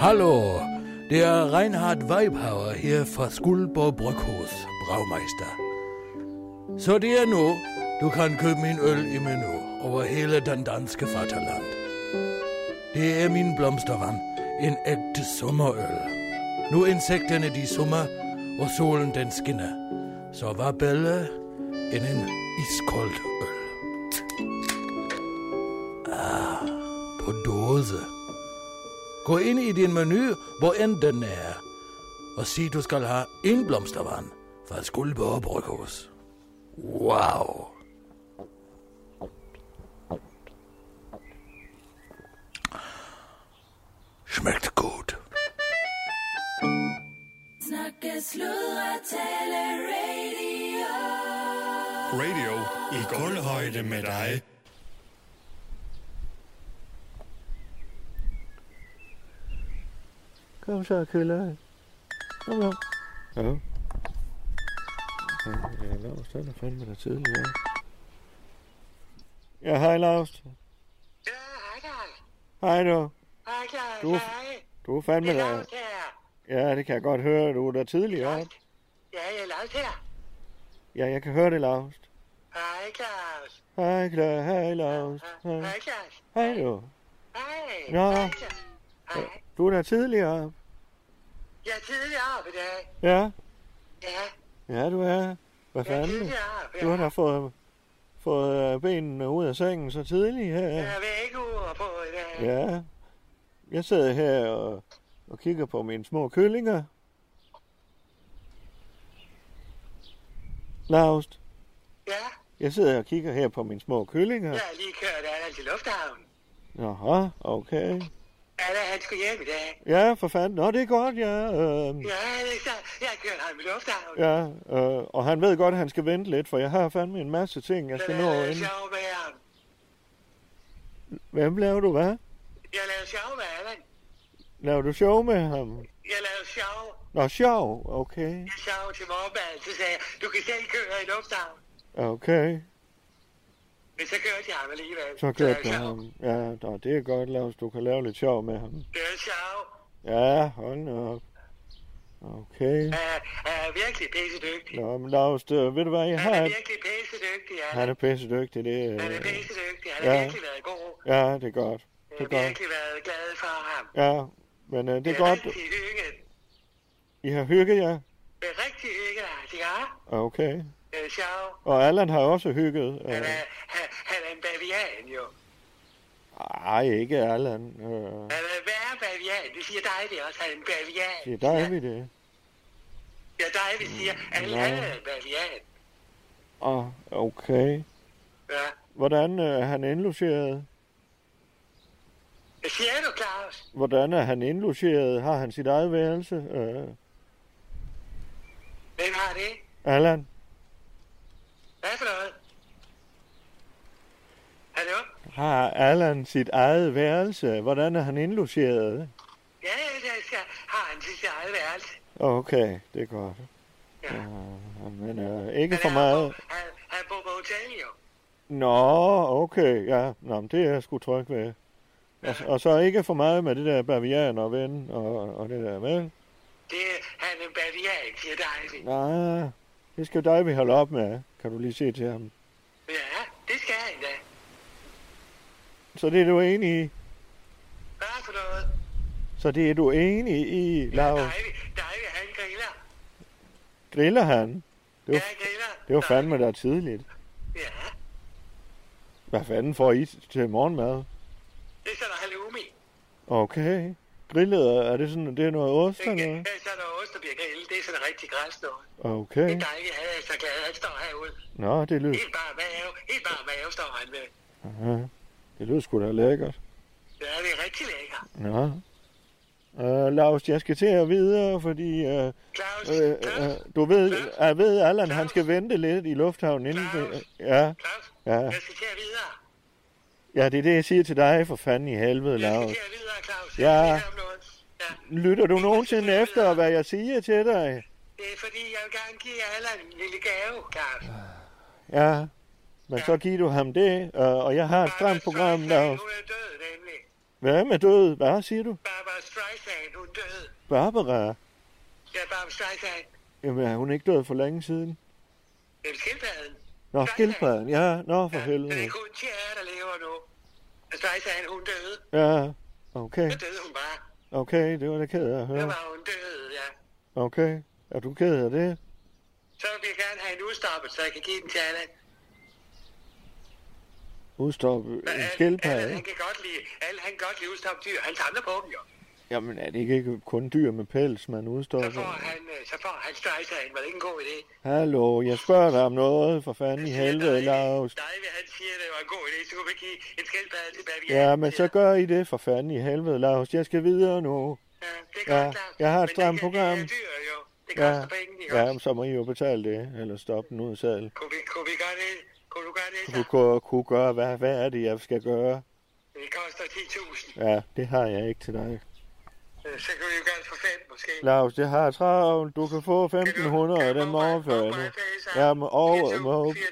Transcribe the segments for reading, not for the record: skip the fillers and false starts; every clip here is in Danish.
Hallo, det er Reinhard Weibhauer her fra Skuldborg Bryghus, bragmeister. Så det er nu, du kan købe min øl i menu over hele den danske fatterland. Det er min blomstervand, en ægte sommerøl. Nu insekterne de summer, og solen den skinner. Så var bælle end en iskold øl. På dåse. Gå ind i din menu, hvor end den er, og sig, du skal have en blomstervand fra Skuldborg Bryghus. Wow! Smagt godt. Snakke, sludre, tale, radio. Radio i guldhøjde med dig. Kom så, Køller. Kom. Ja. Ja, Laust, den er fandme der tidligere. Ja, hej, Laust. Ja, hej, Karl. Hej, du. Hej, Karl. Du- Hej. Du er fandme Det er der. Laust her. Ja, det kan jeg godt høre. Du er der tidligere. Laust. Ja, jeg er Laust her. Ja, jeg kan høre det, Laust. Hej, Klaus. Hej, Klar. Hej, Laust. Hej. Hej, Klaus. Hej, du. Hej. Nå. Hej, Klaus. Hej. Du er der tidligere. Jeg er tidligere oppe i dag. Ja. Ja, Ja, du er. Hvad jeg er fanden? tidligere oppe. Du har da fået benene ud af sengen så tidligt her. Jeg er vækkeur på i dag. Ja. Jeg sidder her og kigger på mine små kyllinger. Laust, Ja, jeg sidder og kigger her på mine små kyllinger. jeg er lige kørt Allan til lufthavnen. Jaha, okay. Allan, han skulle hjem i dag. Ja, for fanden. Nå, det er godt, ja. Ja, det er så. Jeg har kørt ham i lufthavnen. Ja, og han ved godt, at han skal vente lidt, for jeg har fandme en masse ting, jeg skal nå Jeg lavede inden. sjov med ham. Hvem laver du, hvad? Jeg lavede sjov med Allan. Laver du show med ham? Jeg lavede sjov. Nå, sjov, okay. Jeg sjov til morgenmad, så sagde jeg, du kan selv køre i lufthavnen. Okay, Men så kørte jeg ham alligevel. så kørte du jeg ham. Ja, nå, det er godt, Laust, du kan lave lidt sjov med ham. Det er sjov. Ja, hold nu op. Okay. Han er virkelig pissedygtig. Nå, men Laust, ved du hvad, jeg Han er har... virkelig pissedygtig, Han er pissedygtig, det Han er pissedygtig. Han har ja. virkelig været god. Ja, det er godt. Jeg Det er har godt. virkelig været glad for ham. Ja, men det er godt. rigtig hygget. I har hygget jer? Det er rigtig hygget, ja. Okay. Det er sjov. Og Allan har også hygget. Han er en bavian, jo. Ej, ikke Allan. Han er værre bavian. Det siger dig det også. Han er en bavian. Det er dig, vi det. Ja, dig vi siger. Alle han er en bavian. Okay. Ja. Hvordan er han indlogeret? Hvad siger du, Claus? Hvordan er han indlogeret? Har han sit eget værelse? Hvem har det? Allan? Hvad for noget? Hallo? Har Allan sit eget værelse? Hvordan er han indlogeret? Ja, har han sit eget værelse. Okay, det er godt. Ja. Men ikke for meget. Han bor på hotel, jo. Nå, okay, ja. Nå, men det er jeg sgu tryg ved. Og så ikke for meget med det der bavian og ven og det der, vel? Han er en bavian, siger dig. Nej, det skal dig, vi holde op med. Kan du lige se til ham? Ja, det skal han da. Så det er du enig i? Hvad for noget? Så det er du enig i, Laus? Ja, David, han griller. Griller han? Ja, griller. Det var fandme der tidligt. Ja, Hvad fanden får I til morgenmad? det er sådan halloumi. Okay. Grillet, er det sådan, det er noget ost eller Ja, noget? så er der ost, der bliver grillet. Det er sådan rigtig græs noget. Okay. Det er dejligt, han er så glad. Han står herude. Nå, det lyder... Helt bare mave står han med. Aha. Det lyder sgu da lækkert. Ja, det er rigtig lækkert. Nå. Laust, jeg skal til at videre, fordi Claus, du ved, Allan, han skal vente lidt i lufthavnen inden. Ja, Claus, ja. jeg skal til at videre. Ja, det er det, jeg siger til dig, for fanden i helvede, Jeg skal Laust. til at videre, Claus. Ja. Jeg ved om noget. Ja. Lytter du nogensinde efter, hvad jeg siger til dig? Det er fordi, jeg vil gerne give Allan en lille gave, Claus. Ja, men så giver du ham det, og jeg har et stramt program, Laust. Hun er død, nemlig. Hvad med død? Hvad siger du? Barbara Streisand Streisand, hun døde. Barbara? Ja, Barbara Streisand. Jamen, er hun ikke død for længe siden? Jamen, skildpadden. Nå, skildpadden. Ja, nå for helvede. Det er kun Thierry, der lever nu. Streisand, hun døde. Ja, okay. Så døde hun bare. Okay, det var da ked af at høre. Så var hun død, ja. Okay, er du ked af det? Så vil jeg gerne have en udstoppet, så jeg kan give den til Allan. Udstoppe en skildpadde? Allan, han kan godt lide udstoppet dyr. Han samler på dem jo. Jamen, er det ikke kun dyr med pels, man udstopper? Så får han Streisand. Var det ikke en god idé? Hallo, jeg spørger dig om noget, for fanden i helvede, Laus. Nej, han siger, det var en god idé, så kunne vi give en skildpadde til Bavian. Ja, men så gør I det, for fanden i helvede, Laus. Jeg skal videre nu. Ja, det er godt, Laus. Jeg har et stramt program. Men det er dyr, jo. Det koster penge, ikke ja, også? så må I jo betale det, eller stoppe den ud af sadel. Kunne vi gøre det? Kunne du gøre det, så? Kunne gøre, hvad er det, jeg skal gøre? Det koster 10.000. Ja, det har jeg ikke til dig. Så kan vi jo gøre det for 5, måske. Lars, jeg har travlt. Du kan få 1.500 af dem overfører nu. Jeg må over 1.500.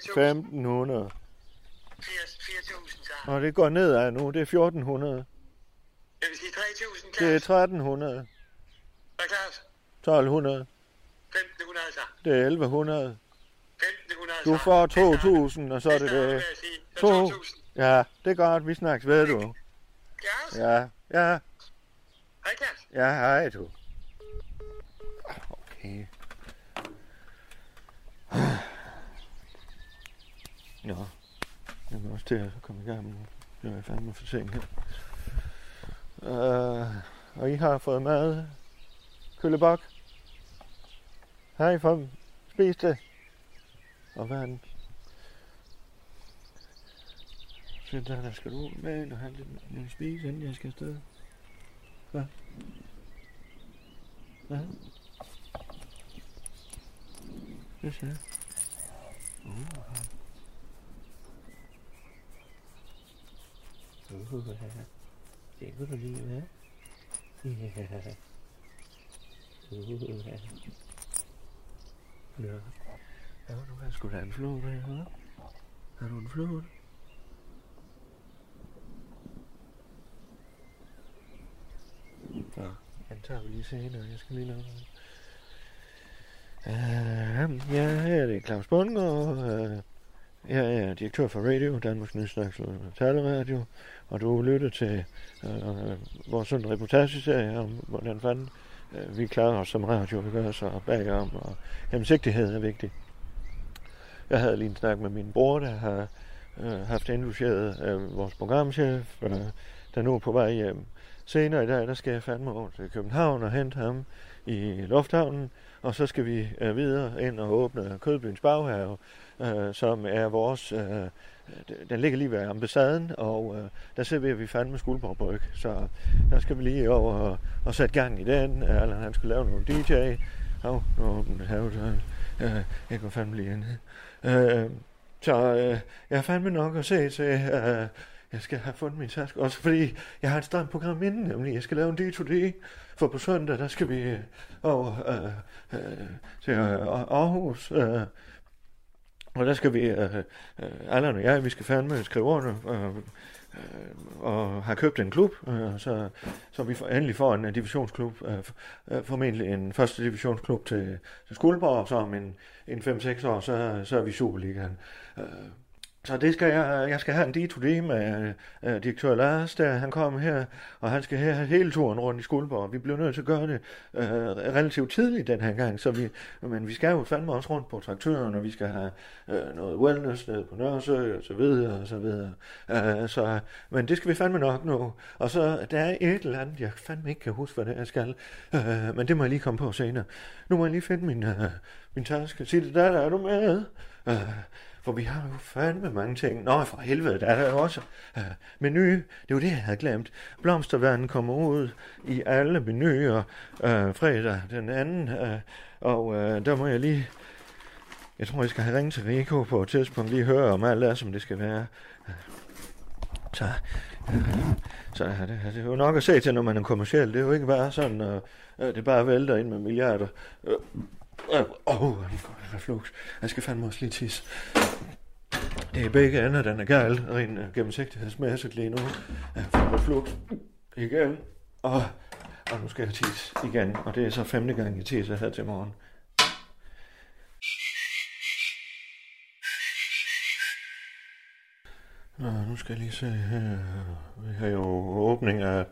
4.000, så. Og det går nedad nu. Det er 1.400. Jeg vil sige 3.000, Klaus. Det er 1.300. Hvad, Klaus? 1.200. 1.500, så. Det er 1.100. 1.500, Du får 2.000, og så er det det. 2.000. Ja, det er godt. Vi snakkes ved, du. Klaus? Ja. Hej, Klaus. Ja, hej, du. Okay. Nå. Jeg må også til at komme i gang nu. Jeg er fandme for sent her. Og I har fået mad. Køllebok. Hej, for spis det. Og hvad er den? Så der skal du med og have lidt spise, inden jeg skal afsted. Hvad? Hvad? Det ser jeg. Det kunne du lide, hvad? Ja. Ja. Ja, du har sgu da en flod, der, hva'? Har du en flod? Ja, den tager vi lige senere. Jeg skal lige lave noget. Ja, her er det Claus Bundgaard. Jeg er direktør for Radio, Danmarks Nyhedssnaks taleradio, og du lytter til vores sådan reportageserie om, hvordan fanden vi klarer os som radio, vi gør så bagom, og gennemsigtighed er vigtigt. Jeg havde lige en snak med min bror, der har haft indlogeret vores programchef, der nu er på vej hjem. Senere i dag, der skal jeg fandme over til København og hente ham i lufthavnen, og så skal vi videre ind og åbne Kødbyens Baghave, som er vores... den ligger lige ved ambassaden, og der serverer vi fandme Skuldborg-bryg, så der skal vi lige over og sætte gang i den. Eller han skulle lave nogle DJ. Nu åbner havedøren. Jeg går fandme lige ind. Så jeg har fandme nok at se til... Jeg skal have fundet min taske, også fordi jeg har et stramt program inden, nemlig jeg skal lave en D2D, for på søndag, der skal vi over til Aarhus, og der skal vi, Allan og jeg, vi skal fandme skrive ordene, og har købt en klub, så vi endelig får en divisionsklub, formentlig en første divisionsklub til Skuldborg, og så om en 5-6 år, så er vi Superligaen. Så det skal jeg skal have en D2D med direktør Lars, der han kommer her, og han skal have hele turen rundt i Skuldborg. Vi bliver nødt til at gøre det relativt tidligt den her gang, men vi skal jo fandme også rundt på traktøren, og vi skal have noget wellness nede på Nørresø, og så videre, og så videre. Men det skal vi fandme nok nu. Og så der er et eller andet, jeg fandme ikke kan huske, hvad det er, jeg skal, men det må jeg lige komme på senere. Nu må jeg lige finde min taske. Sig det, der er du med? For vi har jo fandme mange ting. Nå, for helvede, der er der også menu. Det er jo det, jeg havde glemt. Blomsterverden kommer ud i alle menuer fredag den anden. Og der må jeg lige... Jeg tror, jeg skal have ringet til Rico på et tidspunkt. Lige høre om alt er, som det skal være. Så det er jo nok at se til, når man er kommerciel. Det er jo ikke bare sådan, det bare vælter ind med milliarder. Reflux. Jeg skal fandme også lige tisse. Det er begge ender, den er galt. Ren gennemsigtighedsmæssigt lige nu. Reflux. Igen. Og nu skal jeg tisse igen, og det er så 5. gang, jeg tisser her til morgen. Nu skal jeg lige se her. Vi har jo åbning af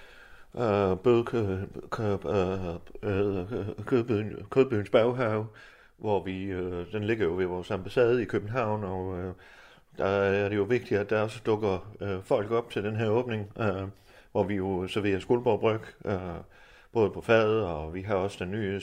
Kødbyens Baghave, hvor vi, den ligger jo ved vores ambassade i København, og der er det jo vigtigt, at der også dukker folk op til den her åbning, hvor vi jo serverer Skuldborg Bryg, både på fadet, og vi har også den nye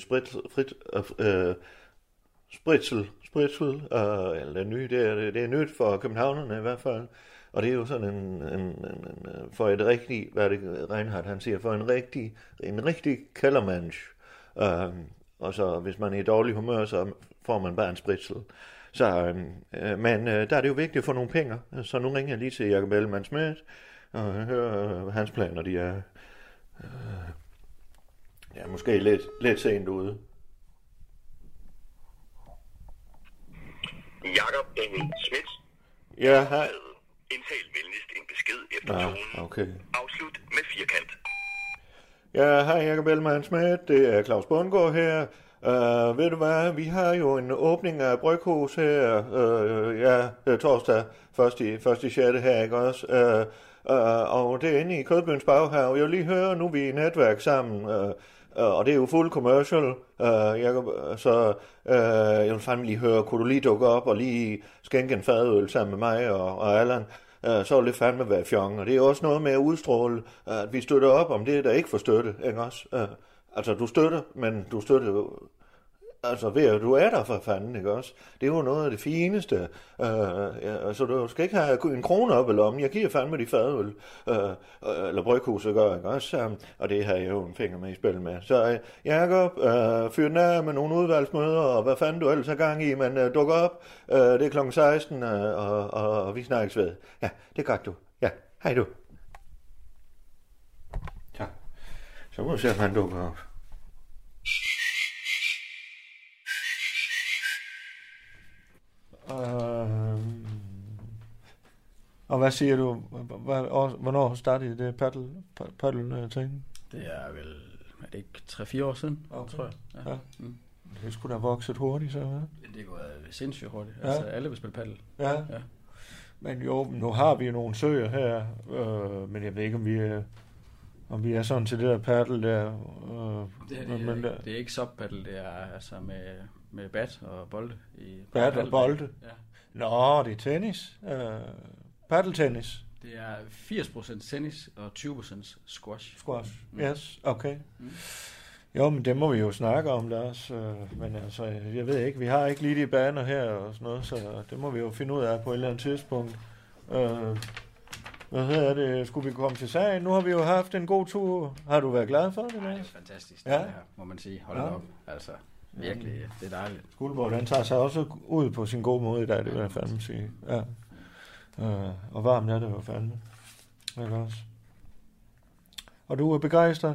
spritsel, eller den nye, det er nyt for københavnerne i hvert fald, og det er jo sådan en for et rigtigt, hvad det Reinhardt han siger, for en rigtig kældermansch, og så hvis man er i dårlig humør, så får man bare en spritsel. Så, men der er det jo vigtigt at få nogle penge, så nu ringer jeg lige til Jakob Ellemann-Schmidt, og hører hans planer, de er måske lidt sent ude. Jakob Ellemann-Schmidt. Ja, hej. Indtal venligst en besked efter tonen. Okay. Afslut med firkant. Ja, hej Jakob Ellemann-Schmidt, det er Claus Bundgaard her. Ved du hvad, vi har jo en åbning af Bryghus her, torsdag 1. 6. her, ikke også? Og det er inde i Kødbyens Baghave. Jeg vil lige høre, nu er vi i netværk sammen, og det er jo fuld commercial, Jacob, så jeg vil fandme lige høre, kunne du lige dukke op og lige skænke en fadøl sammen med mig og Allan, så vil det fandme være fjong, og det er også noget med at udstråle, at vi støtter op om det, der ikke får støtte, ikke også? Altså, du støtter, men du støtter jo, altså ved at du er der for fanden, ikke også? Det er jo noget af det fineste, så du skal ikke have en krone op i lommen, jeg giver fandme de fadøl, eller bryghuset gør, ikke også? Og det har jeg jo en finger med i spil med. Så Jakob, fyr den af med nogle udvalgsmøder, og hvad fanden du ellers har gang i, men duk op, det er kl. 16, og vi snakkes ved. Ja, det er godt du. Ja, hej du. Ja, så må vi se, om han dukker op. Og hvad siger du? Hvornår startede det paddle-ting? Det er vel, er det ikke 3-4 år siden, tror jeg. Ja. Mm. Det skulle da vokset hurtigt, så hvad? Det går sindssygt hurtigt. Ja. Altså, alle vil spille paddle. Ja. Men jo, nu har vi jo nogle søer her, men jeg ved ikke, om vi er sådan til det der paddle der. Det er ikke sub-paddle, det er altså med bat og bolde. Bat og bolde? Ja. Nå, det er tennis. Paddeltennis. Det er 80% tennis og 20% squash. Squash, yes, okay. Jo, men det må vi jo snakke om, Lars. Men altså, jeg ved ikke, vi har ikke lige de baner her og sådan noget, så det må vi jo finde ud af på et eller andet tidspunkt. Hvad hedder det? Skulle vi komme til sagen? Nu har vi jo haft en god tur. Har du været glad for det, Lars? Ja, det er fantastisk, det her, må man sige. Hold da op. Altså, virkelig, det er dejligt. Skuldborg, den tager sig også ud på sin gode måde i dag, det vil jeg fandme sige. Ja. Og varmt er det jo fandme. Også. Og du er begejstret?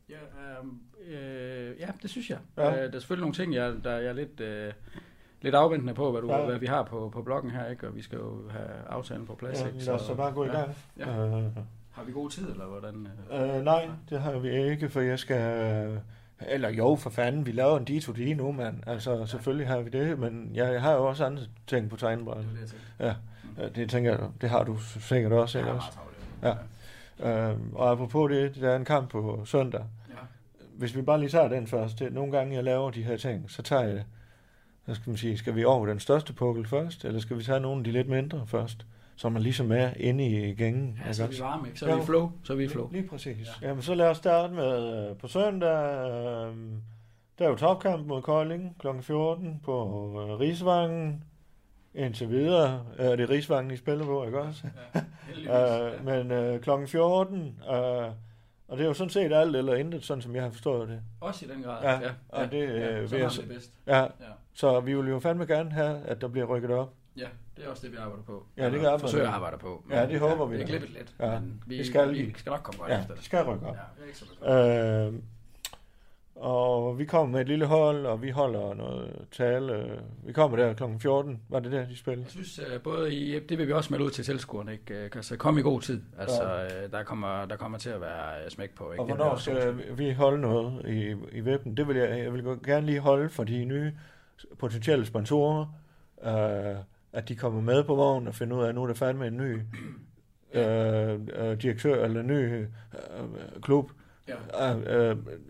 Ja, det synes jeg. Ja. Der er selvfølgelig nogle ting, jeg er lidt afventende på, hvad vi har på bloggen her, ikke? Og vi skal jo have aftalen på plads. Ja, lad os så bare gå i gang. Ja. Har vi god tid, eller hvordan? Nej, det har vi ikke, for jeg skal... Eller jo, for fanden, vi laver en Dito lige nu, mand. Altså, selvfølgelig har vi det, men jeg har jo også andre ting på tegnebrættet. Ja, det tænker jeg, det har du sikkert også, ikke også? Ja. Og apropos det, der er en kamp på søndag. Ja. Hvis vi bare lige tager den først, nogle gange jeg laver de her ting, så tager jeg det. Så skal man sige, skal vi over den største pukkel først, eller skal vi tage nogle af de lidt mindre først? Så man ligesom er inde i gængen. Ja, så er vi varme, ikke? Så er vi i flow. Lige præcis. Ja. Jamen, så lad os starte med på søndag. Der er jo topkamp mod Kolding kl. 14 på Rigsvangen. Indtil videre er det Rigsvangen, I spiller på, ikke også? Ja, men kl. 14, og det er jo sådan set alt eller intet, sådan som jeg har forstået det. Også i den grad, ja. Og det så er det bedst. Ja, så vi vil jo fandme gerne have, at der bliver rykket op. Ja, det er også det, vi arbejder på. Ja, det kan forsøger at arbejde på. Ja, det håber vi. Det er glippet lidt, men vi skal nok komme godt efter det. Det skal rykke op. Ja, det er ikke så Og vi kommer med et lille hold, og vi holder noget tale. Vi kommer der kl. 14. Var det der, de spillede? Jeg synes, både det vil vi også melde ud til tilskuerne, ikke? Altså, kom i god tid. Altså, der kommer til at være smæk på, ikke? Og hvornår skal vi holde noget i webben? Det vil jeg vil gerne lige holde for de nye potentielle sponsorer, at de kommer med på vognen og finder ud af, at nu er der fandme en ny direktør eller en ny klub. Ja.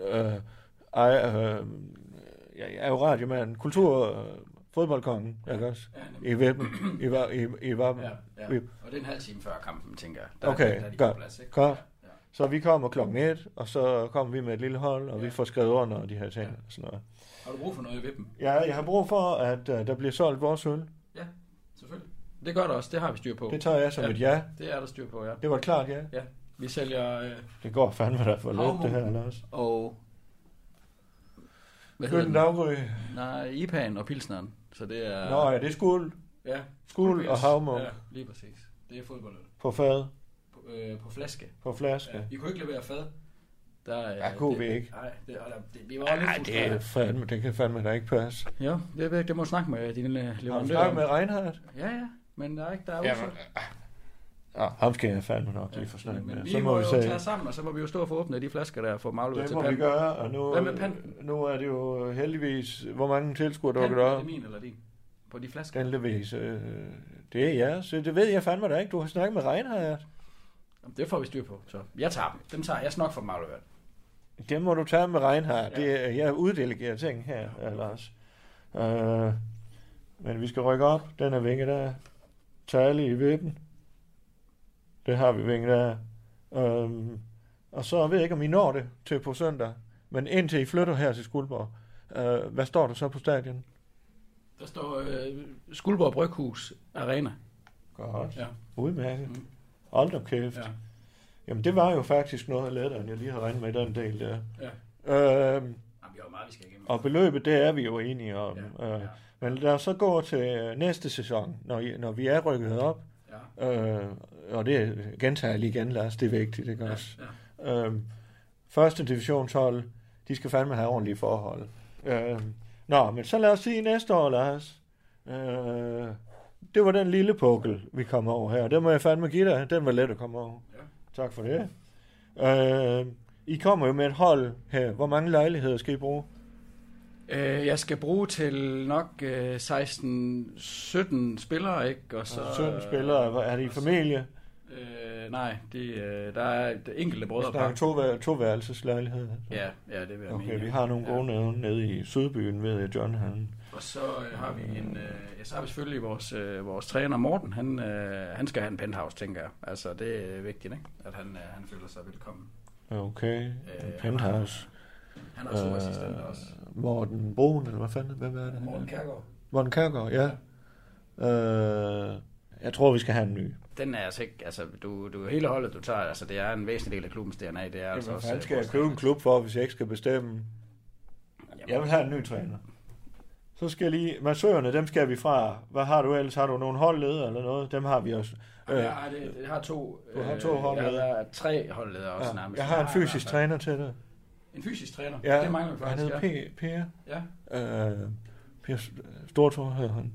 Jeg er jo radiomand, fodboldkongen, ikke også? I webben, i webben. Ja. Og det er en halv time før kampen, tænker jeg. Okay, godt. Så vi kommer klokken 1, og så kommer vi med et lille hold, og vi får skrevet under og de her ting. Og sådan noget. Har du brug for noget i webben? Ja, jeg har brug for, at der bliver solgt vores øl. Ja, selvfølgelig. Det gør det også, det har vi styr på. Det tager jeg som et ja. Det er der styr på, ja. Det var klart, ja. Ja, vi sælger... det går fandme der for lidt, det her, Lars. Og... Hvad hedder den? Daggry? Nej, IPA'en og Pilsneren. Så det er... Nå ja, det er Skuld. Ja. Skuld og Havmunk. Ja, lige præcis. Det er fodboldøl. På fad? På flaske. På flaske. Ja, vi kunne ikke levere fad. Kunne vi ikke. Nej, vi var lidt frustreret. Det kan fandme da ikke passe. Jo, det må du snakke med dine leverandører. Har du snakket med Reinhardt? Ja, men der er ikke, der er udført. Ja, ham skal jeg fandme nok lige få snakket med. Men så må vi jo tage sammen, og så må vi jo stå og få åbnet de flasker der og få magløbet til panden. Det må vi gøre, og nu er det jo heldigvis, hvor mange tilskuere dukker der op. Er det min eller din? På de flasker? Heldigvis. Det er jeres. Det ved jeg fandme da ikke. Du har snakket med Reinhardt. Det får vi styr på, så jeg tager dem. Dem tager jeg nok for magløbet. Det må du tage med Reinhardt. Ja. Jeg uddelegerer ting her, Lars. Men vi skal rykke op. Den er vinget der. Tale i vippen. Det har vi vinget af. Og så ved jeg ikke, om I når det til på søndag. Men indtil I flytter her til Skuldborg, hvad står der så på stadion? Der står Skuldborg Bryghus Arena. Godt. Ja. Udmærket. Hold da kæft. Ja. Jamen, det var jo faktisk noget lettere, end jeg lige har regnet med den del der. Ja. Jamen, vi har meget, vi skal igennem. Og beløbet, det er vi jo enige om. Ja. Men lad os så gå til næste sæson, når vi er rykket op. Ja. Og det gentager jeg lige igen, Lars, det er vigtigt, ikke også? Ja. Første divisionshold, de skal fandme have ordentlige forhold. Men så lad os sige næste år, Lars. Det var den lille pukkel, vi kom over her. Den må jeg fandme give dig. Den var let at komme over. Ja. Tak for det. I kommer jo med et hold her. Hvor mange lejligheder skal I bruge? Jeg skal bruge til nok 16-17 spillere, ikke? Og så, 17 spillere. Er det i familie? Nej, der er enkelte brødrepar. Toværelseslejligheder. Ja, det vil jeg mene. Okay, vi har nogle gode nede i Sydbyen, ved jeg, John. Og så har vi så har vi selvfølgelig vores træner Morten. Han skal have en penthouse, tænker jeg. Altså, det er vigtigt, ikke? At han føler sig velkommen. Okay, en penthouse. Han er også assistent også. Morten Broen, eller hvad fanden? Hvem er det? Morten Kærgaard, ja. Jeg tror, vi skal have en ny. Den er altså ikke, altså du hele holdet du tager, altså det er en væsentlig del af klubbens DNA, det er altså også. Hvad skal jeg købe en klub for, hvis jeg ikke skal bestemme? Jeg vil have en ny træner. Så skal lige, massørerne, dem skal vi fra. Hvad har du ellers? Har du nogle holdledere eller noget? Dem har vi også. Jeg har to. Du har to holdledere? Jeg har 3 holdledere også nærmest. Jeg har en fysisk træner til det. En fysisk træner? Ja, det mangler vi faktisk. Han hedder Per. Ja. Per Stortor hedder han.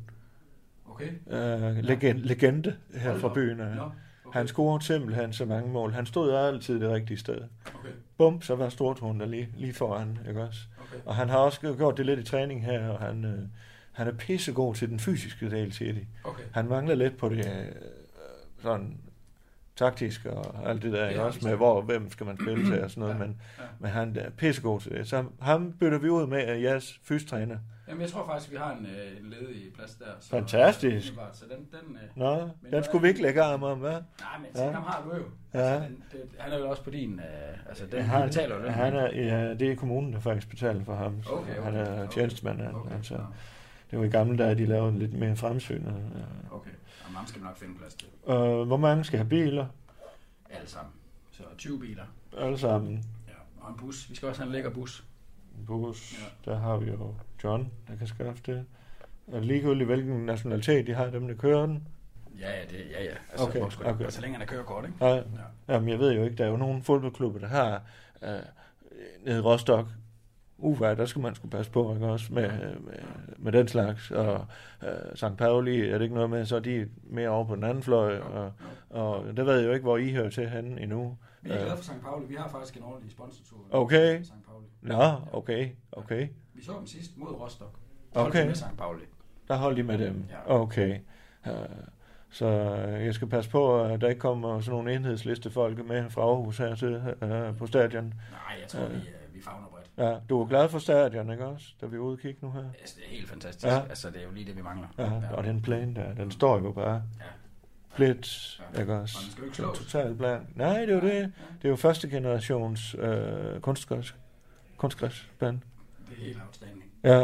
Okay. Legende her fra byen. Okay. Han scorede simpelthen så mange mål. Han stod altid det rigtige sted. Okay. Bum, så var Stortårn der lige foran, ikke også? Okay. Og han har også gjort det lidt i træning her, og han er pissegod til den fysiske del, siger de. Okay. Han mangler lidt på det sådan taktisk og alt det der, ikke også? Med hvem skal man spille til og sådan noget, men han er pissegod til det. Så ham bytter vi ud med jeres fystræner. Jamen, jeg tror faktisk, vi har en ledig plads der. Så, fantastisk. Så den skulle vi ikke lægge arm om, hvad? Nej, men ham har du jo. Altså, han er jo også på din... altså, den betaler jo den. Det er kommunen, der faktisk betaler for ham. Okay. Han er tjenestemand. Altså, det var i gamle dage, de lavede lidt mere fremsyn. Okay. Og ham skal nok finde plads til. Hvor mange skal have biler? Alle sammen. Så 20 biler. Alle sammen. Ja, og en bus. Vi skal også have en lækker bus. Der har vi jo John, der kan skaffe det. Og ligegyldigt hvilken nationalitet de har, dem der kører den. Ja. Altså, okay. Så længe han er kørekort, ikke? Ja. Jamen, jeg ved jo ikke, der er jo nogle fodboldklubber, der har nede i Rostock, der skal man sgu passe på, ikke også, med den slags. Og St. Pauli, er det ikke noget med, så er de mere over på den anden fløj, og det ved jeg jo ikke, hvor I hører til henne endnu. Vi er glade for St. Pauli. Vi har faktisk en ordentlig sponsortur. Okay. St. Pauli. Nå, okay. Vi så dem sidst mod Rostock. Okay. Med St. Pauli. Der holdt de med dem. Ja. Okay. Så jeg skal passe på, at der ikke kommer sådan nogle enhedslistefolk med fra Aarhus her til på stadion. Nej, jeg tror, vi favner bredt. Ja, du er glad for stadion, ikke også? Da vi er ude og kigge nu her. Altså, det er helt fantastisk. Ja. Altså, det er jo lige det, vi mangler. Ja, og den plan der, den står jo bare. Ja. Plet, ikke også? Og den skal jo ikke slås. Total plan. Nej, det er jo det. Det er jo første generations kunstgræsplan. Det er helt outstanding. Ja.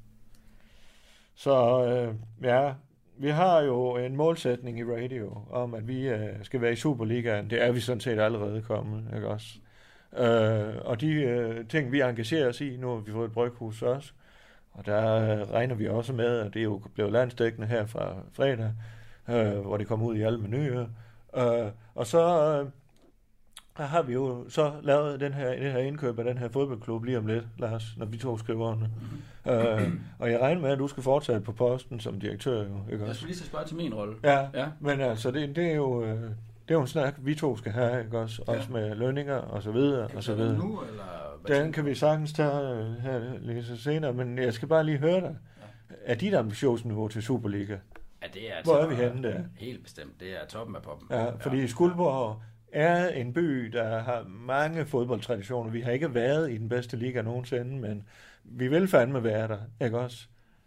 Så vi har jo en målsætning i radio om, at vi skal være i Superligaen. Det er vi sådan set allerede kommet, ikke også? Og de ting, vi engagerer os i, nu har vi fået et bryghus også, og der regner vi også med, at det er jo blevet landsdækkende her fra fredag, hvor det kommer ud i alle menuer. Og så har vi jo så lavet det her indkøb af den her fodboldklub lige om lidt, Lars, når vi to skriver under. Og jeg regner med, at du skal fortsætte på posten som direktør, jo, ikke også? Jeg skulle lige så spørge til min rolle. Ja, men altså, det er jo en snak, vi to skal have, ikke også? Også med lønninger og så videre, og så videre. Nu, eller den kan vi sagtens tage her lidt så senere, men jeg skal bare lige høre dig. Er dit ambitionsniveau til Superliga? Ja, det er hvor er vi henne der? Helt bestemt. Det er toppen af poppen. Ja, fordi Skuldborg er en by, der har mange fodboldtraditioner. Vi har ikke været i den bedste liga nogensinde, men vi vil fandme være der, ikke også?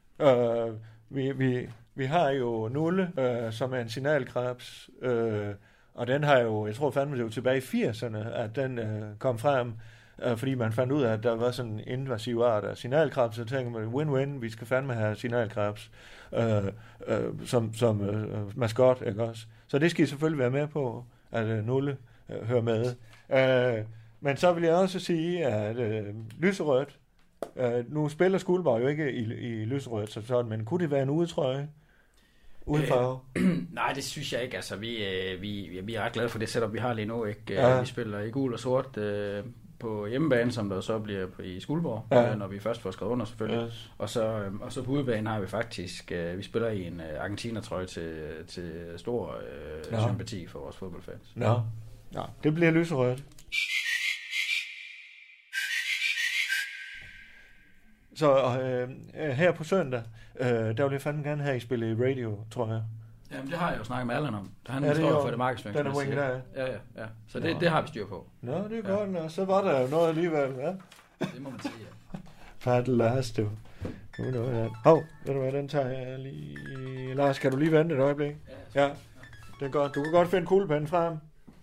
Vi har jo Nulle, som er en signalkrebs, og den har jo, jeg tror fandme det var tilbage i 80'erne, at den kom frem, fordi man fandt ud af, at der var sådan en invasiv art af signalkrebs, så tænkte man, win-win, vi skal fandme have signalkrebs som maskot, ikke også? Så det skal I selvfølgelig være med på, at Nulle hører med. Men så vil jeg også sige, at lyserødt, nu spiller Skuldborg jo ikke i lyserødt, sådan, men kunne det være en udetrøje? Uden farve? Nej, det synes jeg ikke. Altså, vi er ret glade for det setup, vi har lige nu. Ikke? Vi spiller i gul og sort på hjemmebane, som der så bliver i Skuldborg, når vi først får skrevet under selvfølgelig. Yes. Og så på udebane har vi faktisk, vi spiller i en Argentina-trøje til stor sympati for vores fodboldfans. Nå, det bliver lyserødt. Så her på søndag, der vil jeg fandme gerne have, I spille i radio, tror jeg. Jamen, det har jeg jo snakket med Allan om. Han står for det markedsføringsmæssige. Den er wing der. Ja. Så det har vi styr på. Nå, det er godt, og så var der jo noget alligevel, ja. Det må man sige, ja. Fadel Lars, du. Hov, ved du hvad, den tager jeg lige. Lars, kan du lige vente et øjeblik? Ja. Det er godt. Du kan godt finde kuglepennen frem.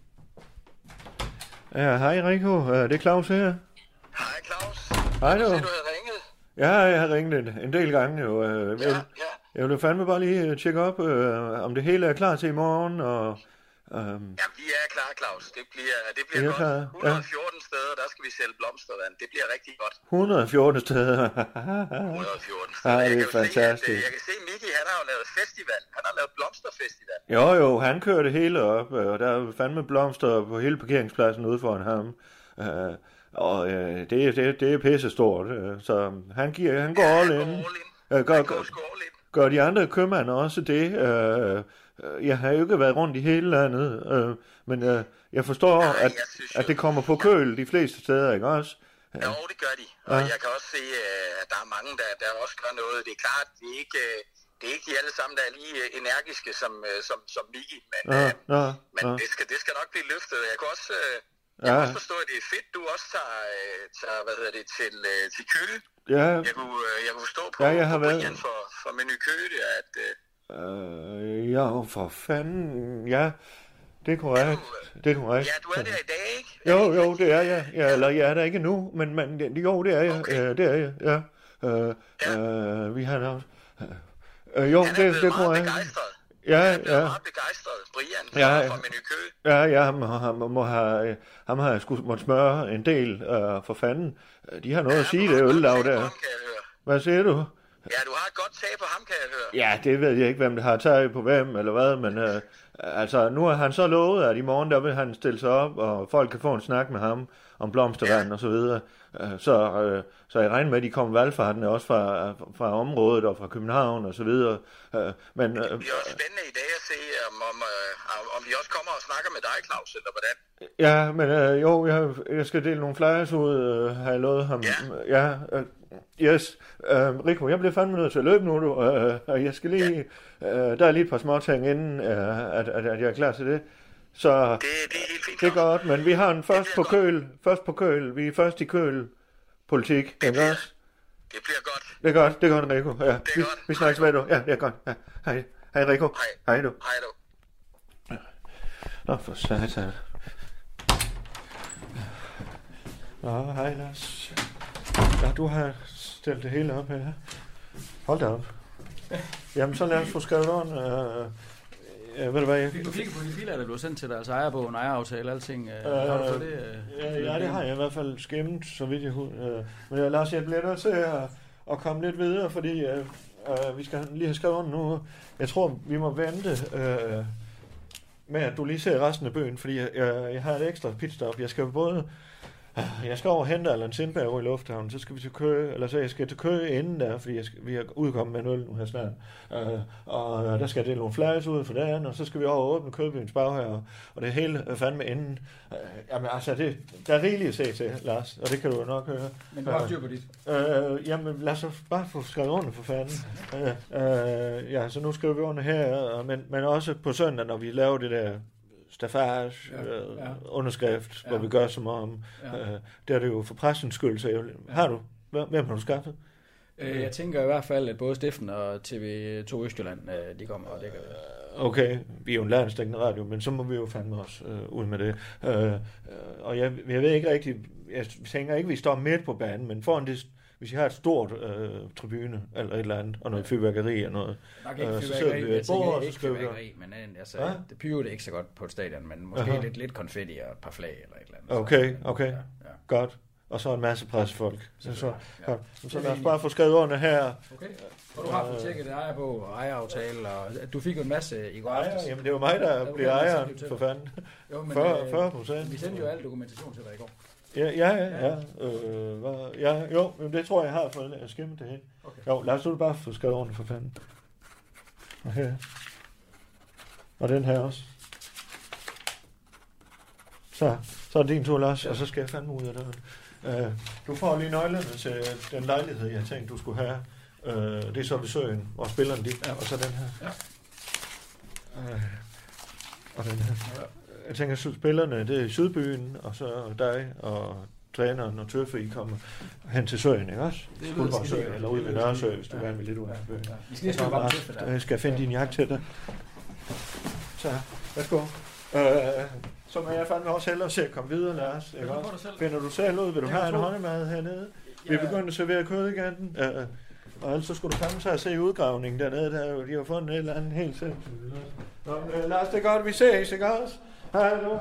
Ja, hej Rico. Det er Claus her. Hej Claus. Hej du. Du havde ringet. Ja, jeg har ringet en del gange jo. Jeg vil fandme bare lige tjekke op, om det hele er klar til i morgen. Ja, vi er klar, Claus. Det bliver godt. Klar. 114 steder, der skal vi sælge blomstervand. Det bliver rigtig godt. 114 steder. 114 steder. Det er fantastisk. Jeg kan se, Miki, han har jo lavet festival. Han har lavet blomsterfestival. Jo, han kører det hele op, og der er fandme blomster på hele parkeringspladsen ude foran ham. Og det er pisse stort, så han går all in. Gør de andre købmænd også det? Jeg har jo ikke været rundt i hele landet, men jeg forstår, at det kommer på køl de fleste steder, ikke også? Jo, det gør de. Og jeg kan også se, at der er mange, der også gør noget. Det er klart, det er ikke de alle sammen, der er lige energiske som Miki, men det skal nok blive løftet. Jeg kan også... Jeg kan også forstå, at det er fedt, du også tager til Køge. Ja. Jeg kunne forstå på Brian for Menu Køge, at... Ja, for fanden, ja. Det er korrekt. Ja, du er der i dag, ikke? Jo, det er jeg. Ja, eller jeg er der ikke nu, men jo, det er jeg. Okay. Det er jeg, ja. Vi har også... Jo, det er korrekt. Begejstret. Ja. Jeg er meget begejstret, Brian, fra Menu Køge. Ja, ham har jeg sgu måtte smøre en del, for fanden. De har noget at sige, det øllag der. Hvad siger du? Ja, du har et godt tag på ham, kan jeg høre. Ja, det ved jeg ikke, hvem der har taget på hvem, eller hvad, men Altså, nu har han så lovet, at i morgen, der vil han stille sig op, og folk kan få en snak med ham om blomstervand og så videre. Så jeg regner med, at de kommer valgfartende også fra området og fra København og så videre. Men det bliver også spændende i dag at se, om de også kommer og snakker med dig, Claus, eller hvordan? Ja, men jeg skal dele nogle flyers ud, har jeg lovet ham. Ja, yes. Rico, jeg bliver fandme nødt til at løbe nu, og jeg skal lige... der er lige et par små ting inden, at jeg er klar til det. Så det er helt fint. Det er godt, men vi har en først på køl. Vi er først i køl politik. Det bliver godt. Det er godt, Rico. Ja, vi snakkes med, du. Ja, det er godt. Ja. Hej, Rico. Hej, du. Nå, for satan. Nå, hej, Lars. Ja, du har stillet det hele op her. Hold da op. Jamen, så lad os få skrevet on. Ved du hvad, du kigger på de filer, der blev sendt til dig, altså ejerbog, ejeraftale, alting. Har du så det? Ja, det har jeg i hvert fald skimmet, så vidt jeg men Lars, jeg bliver nødt til at komme lidt videre, fordi vi skal lige have skrevet on nu. Jeg tror, vi må vente med, at du lige ser resten af bøgen, fordi jeg har et ekstra pitstop. Jeg skal over og hente Allan Sindberg i lufthavnen, så skal vi til Køge, eller så jeg skal til Køge inden der, fordi vi er udkommet med en øl nu her snart. Og der skal jeg dele nogle flyers ud for dagen, og så skal vi over og åbne Køgebyens baghaver, og det hele er fandme inden. Jamen altså, der er rigeligt at se til, Lars, og det kan du jo nok høre. Men du har styr på dit? Jamen lad os bare få skrevet under for fanden. Ja, så nu skriver vi under her, men også på søndag, når vi laver det der staffage, underskrift, hvor vi gør som om. Det er det jo for pressens skyld, så har du? Hvem har du skaffet? Jeg tænker i hvert fald, at både Steffen og TV2 Østjylland, de kommer og dækker det. Okay, vi er jo en landsdækkende radio, men så må vi jo fandme også ud med det. Og jeg ved ikke rigtigt, jeg tænker ikke, vi står midt på banen, men foran det, hvis jeg har et stort tribune, eller et eller andet, og noget fyrværkeri og noget, nok ikke fyrværkeri, jeg tænker ikke fyrværkeri, men altså, det pyrer det ikke så godt på et stadion, men måske lidt konfetti og et par flag eller et eller andet. Okay, godt. Og så en masse pressefolk. Så lad os bare få skrevet under her. Okay, og du har fået tjekket det ejerbog og ejeraftale, og du fik jo en masse i går aftes. Jamen det var mig, der blev ejeren, for fanden. 40%. Vi sendte jo al dokumentation til dig i går. Jo, men det tror jeg har fået skimmet det hen. Okay. Jo, lad os nu bare få skrevet ordentligt for fanden. Og her. Og den her også. Så er det din tur, Lars, og så skal jeg fandme ud af døren. Du får lige nøglerne til den lejlighed, jeg tænkte, du skulle have. Det er så ved søen, hvor spillerne de, og så den her. Ja. Og den her. Jeg tænker, spillerne, det er i Sydbyen, og så dig og træneren og Tøffe, I kommer hen til søen, ikke også? Skuldborgsøen, eller ude ved Nørresø, hvis du gerne vil lidt ud af bøen. Jeg skal finde din jakke til dig. Så, værsgo. Så må jeg fandme også hellere se at komme videre, Lars. Finder du selv ud? Vil du have en håndemad hernede? Vi er begyndt at servere kød igen. Og ellers så skulle du fandme så at se udgravningen dernede. Der, de har fundet et eller andet helt sindssygt. Lars, det er godt, vi ses, ikke også? Hej du.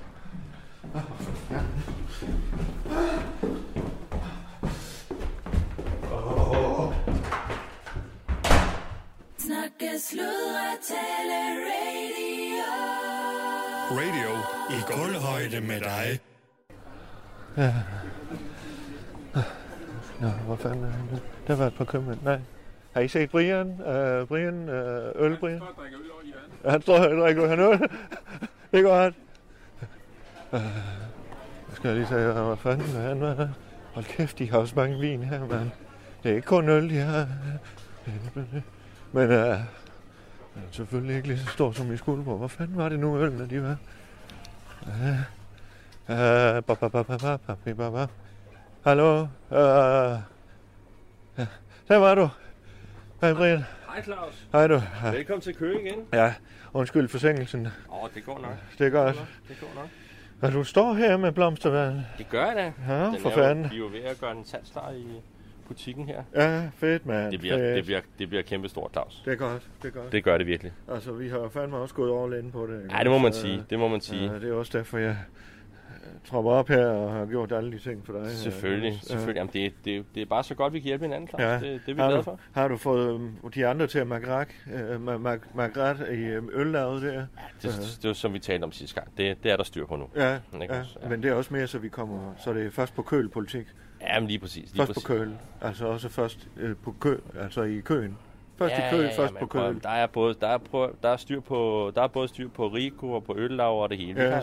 Snakke, sludre, tale, radio. Radio i guldhøjde med dig. Ja. Nå, hvor fanden er han? Der var et par købmænd. Nej. Har I set Brian? Øl Brian? Han står og drikker han øl. Det er godt. Jeg skal lige sige, hvor fanden han var. Hold kæft, de har også mange vin her, mand. Det er ikke kun øl, de har. Men selvfølgelig ikke lige så stor som i Skuldborg. Hvor fanden var det nu ølene, de var? Hallo? Der var du. Hej, Brian. Hej, Claus. Hej, du. Velkommen til Køge igen. Ja, undskyld forsinkelsen. Det går nok. Det er godt. Det går nok. Og du står her med blomstervand. Det gør jeg da. Ja, for fanden. Vi er jo ved at gøre den salgsklar i butikken her. Ja, fedt, mand. Det bliver kæmpe stort, Claus. Det er godt. Det gør det virkelig. Altså, vi har fandme også gået all in på det. Ja, det må man sige. Det er også derfor, jeg tropper op her og har gjort alle de ting for dig. Selvfølgelig. Jamen, det er bare så godt, vi kan hjælpe hinanden, Claus. Ja. Det er vi glade for. Har du fået de andre til at magret i øllavet der? Ja, det er som vi talte om sidste gang. Det er der styr på nu. Ja, men det er også mere, så vi kommer... Så det er først på køl-politik. Ja, men lige præcis. Først på køl. Altså også først på kø, altså i køen. Først i kø, først på køl. Der er både styr på Rico og på øllav og det hele.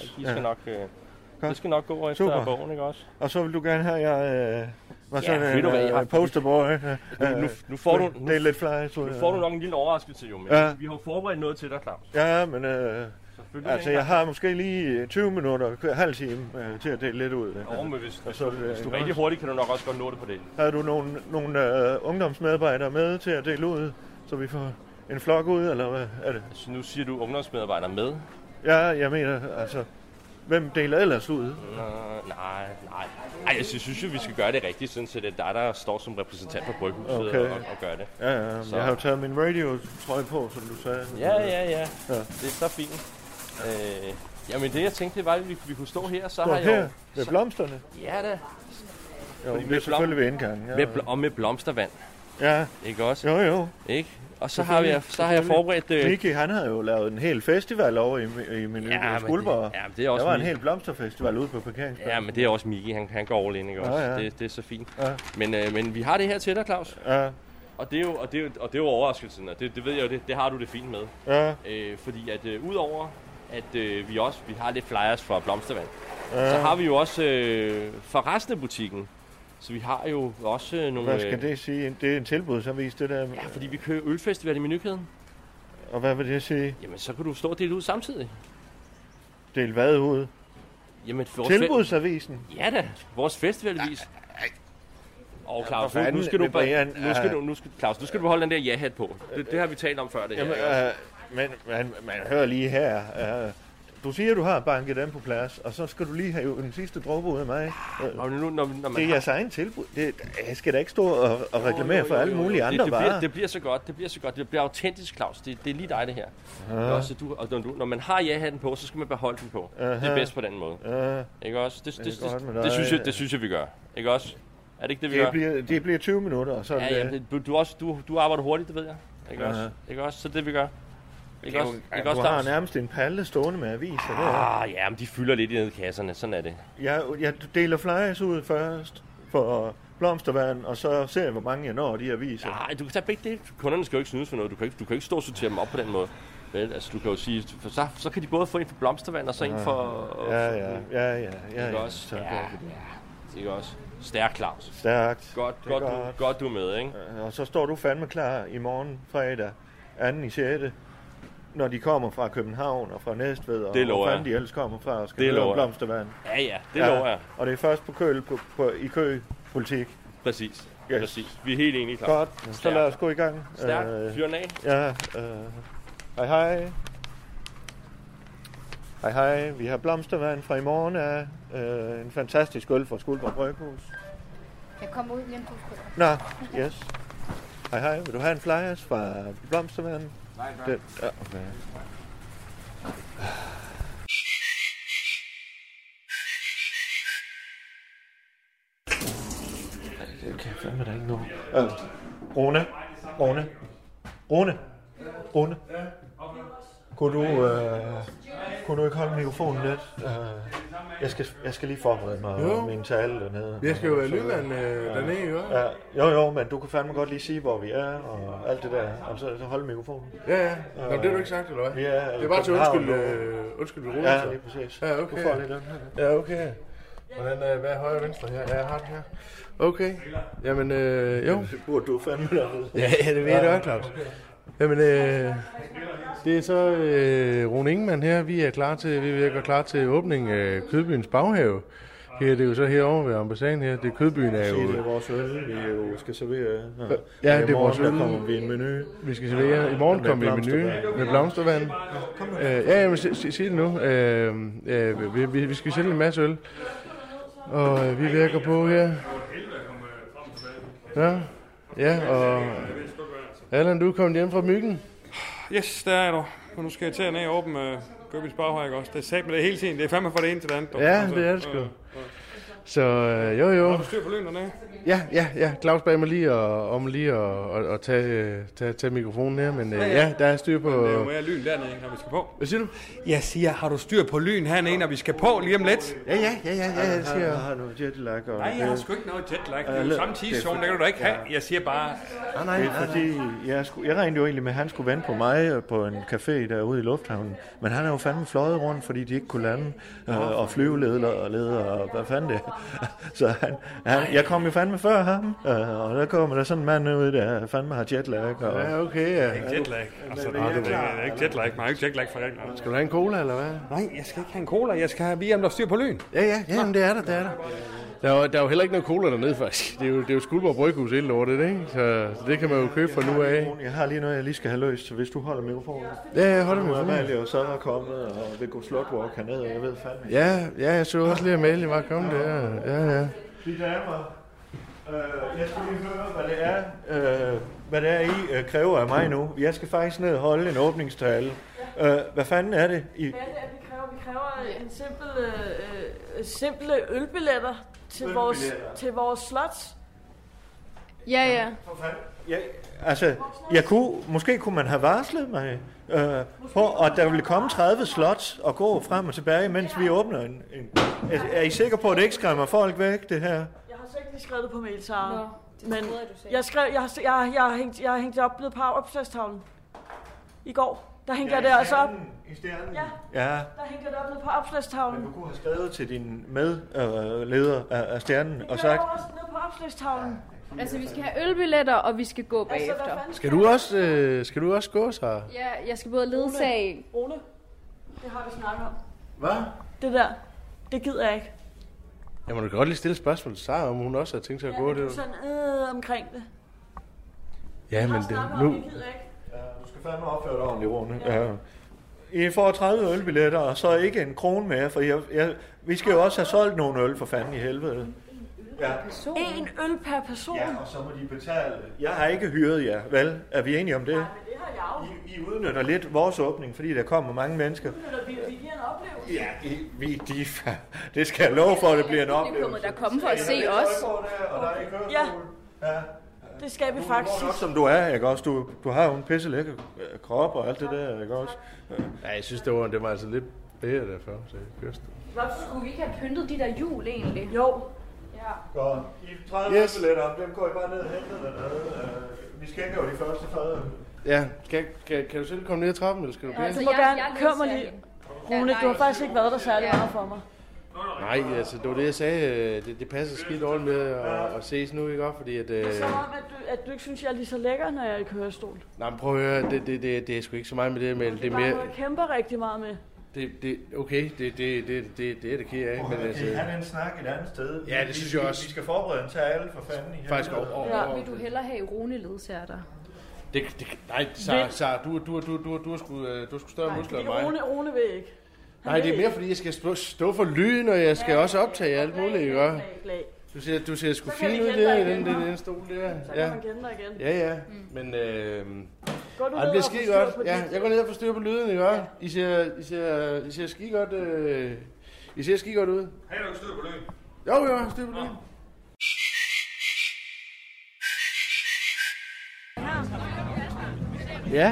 Det skal nok gå efter bogen, ikke også? Og så vil du gerne have, jeg var sådan en posterboy. Nu får du det er lidt flyers. Nu får du nok en lille overraskelse, jo. Men vi har jo forberedt noget til dig, Claus. Ja, men altså jeg har måske lige 20 minutter, halv time til at dele lidt ud. Men hvis du er rigtig hurtigt, kan du nok også godt nå det på det. Havde du nogle ungdomsmedarbejdere med til at dele ud, så vi får en flok ud, eller hvad er det? Så nu siger du ungdomsmedarbejdere med? Ja, jeg mener, altså... Hvem deler ellers ud? Nej. Jeg synes jo, vi skal gøre det rigtigt, sådan så det er der står som repræsentant for Bryghuset og gør det. Ja. Jeg har jo taget min radio-trøje på, som du sagde. Ja. Det er så fint. Jamen det, jeg tænkte, det var, at vi kunne stå her, så har jeg her med blomsterne? Ja da. Jo, det er selvfølgelig ved indgangen. Ja. Og med blomstervand. Ja. Ikke også? Jo. Ikke? Og så har jeg forberedt... Miki, han havde jo lavet en hel festival over i Menu Skuldborg. Ja, det er også der var en hel blomsterfestival ude på parkeringspladsen. Ja, men det er også Miki, han går all in, ikke også? Ja. Det er så fint. Ja. Men vi har det her til dig, Claus. Ja. Og det er jo overraskelsen, og det ved jeg jo, det har du det fint med. Ja. Fordi at udover at vi har lidt flyers fra Blomstervand, så har vi jo også for resten af butikken. Så vi har jo også nogle... Hvad skal det sige? Det er en tilbudsavis, det der... Ja, fordi vi kører ølfestival i menukæden. Og hvad vil det sige? Jamen, så kan du stå og dele ud samtidig. Dele hvad ud? Jamen, tilbudsavisen? Ja da, vores festivalvis. Og Claus, nu skal du Claus, nu skal du beholde den der ja-hat på. Det har vi talt om før, det her. Men man hører lige her... Du siger, at du har banket dem på plads, og så skal du lige have den sidste dråbe ud af mig. Det er jeres egen tilbud. Jeg skal da ikke stå og reklamere for alle mulige andre varer. Det bliver så godt. Det bliver autentisk, Claus. Det er lige dig, det her. Også, når man har ja-hatten på, så skal man beholde den på. Det er bedst på den måde. Ikke også? Det synes jeg, vi gør. Ikke også? Er det ikke det, vi gør? Det bliver 20 minutter, og så er det... Du arbejder hurtigt, det ved jeg. Ikke også? Så det vi gør. Du har nærmest en palle stående med aviser. Ja, men de fylder lidt i nede i kasserne, sådan er det. Jeg deler flyers ud først for Blomstervand, og så ser jeg, hvor mange jeg når de aviser. Nej, du kan tage begge dele. Kunderne skal jo ikke snydes for noget. Du kan ikke stå og sortere dem op på den måde. Vel, altså du kan jo sige, for så kan de både få en for Blomstervand, og så en for... Ja. Ikke også? Ikke også? Stærkt, Claus. Stærkt. Godt du er med, ikke? Og så står du fandme klar i morgen fredag, 2.6., når de kommer fra København og fra Næstved, og hvor fanden de ellers kommer fra, og skal høre om Blomstervand. Ja, det lover jeg. Og det er først på køl i kø-politik. Præcis. Vi er helt enige, Claus. Godt, så lad os gå i gang. Stærkt. Fyren af. Ja, hej. Vi har Blomstervand fra i morgen af. En fantastisk øl fra Skuldborg Bryghus. Jeg kommer ud igen, Nå, yes. Hej. Vil du have en flyers fra Blomstervand? Nej. Okay. Det kan fandme da ikke nå. Rune. Kunne du ikke holde mikrofonen lidt? Jeg skal lige forberede mig med min tale dernede. Jeg skal jo være lydmand dernede, jo. Ja, jo, men du kan fandme godt lige sige, hvor vi er, og alt det der, og så holde mikrofonen. Ja. Nå, det har du ikke sagt, eller hvad? Det er bare til undskyld, vi ruller. Ja, lige præcis. Ja, okay. Du får lige den her. Ja, okay. Hvordan, hvad er højre og venstre her? Ja, jeg har den her. Okay. Jamen, jo. Det burde du fandme derude. Ja, det ved jeg også, Claus. Jamen, det er så Rune Ingemann her. Vi virker klar til åbning af Kødbyens Baghave. Her, det er jo så herovre ved ambassaden her. Det Kødbyen er jo... Det er vores øl, vi jo skal servere. Ja, det er vores øl. Der kommer vi en menu. Vi skal servere. I morgen kommer vi en menu med blomstervand. Ja, sig det nu. Vi skal sælge en masse øl. Og vi virker på her. Ja, og... Allan, du er kommet hjem fra Myggen. Yes, der er du. Og nu skal jeg til at ned og åbne Købings Baghav, ikke også? Det er sat med det hele tiden. Det er fandme fra det ene til det andet. Ja, det er det sgu. Så jo. Har du styr på lyden dernede? Ja. Claus bag mig lige om at tage mikrofonen her, men ja, der er styr på... Men det er jo mere lyn dernede, når vi skal på. Hvad siger du? Jeg siger, har du styr på lyn hernede, når vi skal på lige om lidt? Ja, det siger jeg. Har du jetlag? Nej, jeg har sgu ikke noget jetlag. Det er jo samme tidszone, det kan du da ikke have. Jeg siger bare... Nej, fordi jeg regnede jo egentlig med, at han skulle vente på mig på en café derude i lufthavnen. Men han er jo fandme fløjet rundt, fordi de ikke kunne lande og flyveleder og hvad fanden det. Så jeg kom jo fandme før ham, og der kommer der sådan en mand ud, der fandme har jetlag. Og... Ja, okay, ja. Ikke jetlag. Altså, det er ikke jetlag. Man har ikke jetlag fra England. Skal du have en cola, eller hvad? Nej, jeg skal ikke have en cola. Jeg skal have om der styr på lyn. Ja, men det er der. Der er jo heller ikke noget cola dernede, faktisk. Det er jo Skuldborg Bryghus hele lortet, ikke? Så det kan man jo købe fra nu af. Jeg har lige noget, jeg lige skal have løst, så hvis du holder mikrofonen. Ja, jeg holder mikrofonen. Amalie og så er kommet, og det går slotwalk herned, og jeg ved fandme. Ja, jeg så også lige, at Amalie var kommet der. Ja. De damer, jeg skal lige høre, hvad det er, I kræver af mig nu. Jeg skal faktisk ned og holde en åbningstale. Hvad fanden er det? Vi kræver en simple ølbilletter til vores slots. Ja. Altså, måske kunne man have varslet mig på, at der ville komme 30 slots og gå frem og tilbage, mens vi åbner en. Er I sikre på, at det ikke skræmmer folk væk, det her? Jeg har så ikke lige skrevet det på mail, Sara. Men jeg har hængt det op blevet på opslagstavlen i går. Der hængte jeg det også op. I stjernen? Ja. Der hængte jeg det op nede på opslagstavlen. Men du kunne have skrevet til din medleder af stjernen og sagt... Det også nede på opslagstavlen. Altså, vi skal have ølbilletter, og vi skal gå bagefter. Skal du også gå, Sara? Ja, jeg skal både ledsage... Rune, det har vi snakket om. Hvad? Det der, det gider jeg ikke. Jeg må da godt lige stille spørgsmål til Sara, om hun også har tænkt sig at gå. Det er sådan omkring det. Ja, men det... Nu... Du skal fandme opføre dig ordentligt, Rune. Ja. I får 30 ølbilletter, og så ikke en krone mere, for vi skal jo også have solgt nogle øl for fanden i helvede. Ja. En øl per person? Ja, og så må de betale. Jeg har ikke hyret jer, vel? Er vi enige om det? Nej, men det har jeg jo. I udnytter lidt vores åbning, fordi der kommer mange mennesker. Vi giver en oplevelse. Ja, det skal jeg love for, at det bliver en oplevelse. Der kommer for at se os. Ja, det skal vi faktisk. Du som du er, ikke også? Du har jo en pisse lækker krop og alt det der, ikke også? Ja, jeg synes, det var altså lidt bedre derfor, så jeg hvorfor skulle vi ikke have pyntet de der hjul egentlig? Jo. Ja. Godt. I 30 billetter, dem går I bare ned og henter dernede. Vi skænker jo de første fadøl. Ja, kan du selv komme ned ad trappen, eller skal du altså, du må gerne køre mig lige. Rune, du har faktisk ikke været der særlig meget for mig. Nej, altså det var det, jeg sagde. Det passer skidt dårligt med at ses nu, ikke? Fordi at... Det er som om, at du ikke synes, jeg er lige så lækker, når jeg er i kørestol. Nej, men prøv at høre, det er sgu ikke så meget med det. Men det er mere... Jeg kæmper rigtig meget med. Okay, det er det ked af. Men altså, han er en snak et andet sted. Ja, det synes jeg også. Vi skal forberede en tale for fanden i faktisk vil du hellere have Rune ledsager dig? Nej, Sara, du har sgu større muskler end mig. Rune vil ikke. Nej, det er mere fordi, jeg skal stå for lyden, og jeg skal også optage alt muligt, ikke? Du ser sgu fin ud der i den stol der. Så kan man kende dig igen. Ja. Men det bliver skide godt. Ja, jeg går ned og får styr på lyden, ikke? I ser skide godt. I ser skide godt ud. Har du ikke styr på lyden? Jo, styr på lyden. Ja.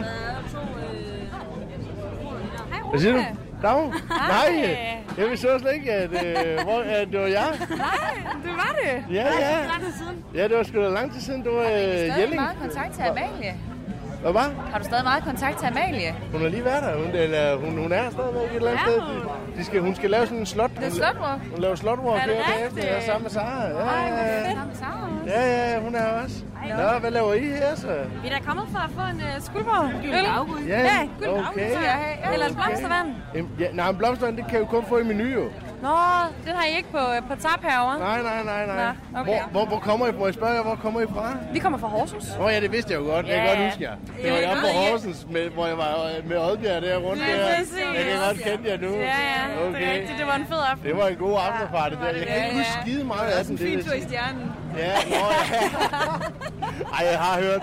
Hvad siger du? Dag? Nej, jeg vil så slet ikke, at det var jeg. Nej, det var det. Ja. Ja, det var sgu da lang tid siden, du var Jelling. Har du stadig meget kontakt til Amalie? Hvad var? Har du stadig meget kontakt til Amalie? Hun har lige været der. Hun er stadigvæk et eller andet sted. Hun skal lave sådan en slot. Det er slotwalk? Hun laver slotwalk her bagefter, sammen med Sara. Sammen med Sara også? Ja, hun er også. Nå, hvad laver I her så? Vi er da kommet for at få en Skuldborg øl. Ja, gylden afgrund, så jeg have. Eller en blomstervand. Nej, en blomstervand, det kan jo kun få i menu jo. Nå, den har I ikke på tap herovre? Nej. Nå, okay. Hvor kommer I fra? Jeg spørger jer, hvor kommer I fra? Vi kommer fra Horsens. Ja, det vidste jeg jo godt. Det kan jeg godt huske jer. Det var jeg på Horsens, hvor jeg var med Oddbjerg der rundt der. Jeg kan godt kende jer nu. Ja, det er rigtigt. Det var en fed aften. Det var en god aftenparty der. Jeg kan ikke huske skide meget af den. Det var en fin tur i stjernen. Ja, Ej, jeg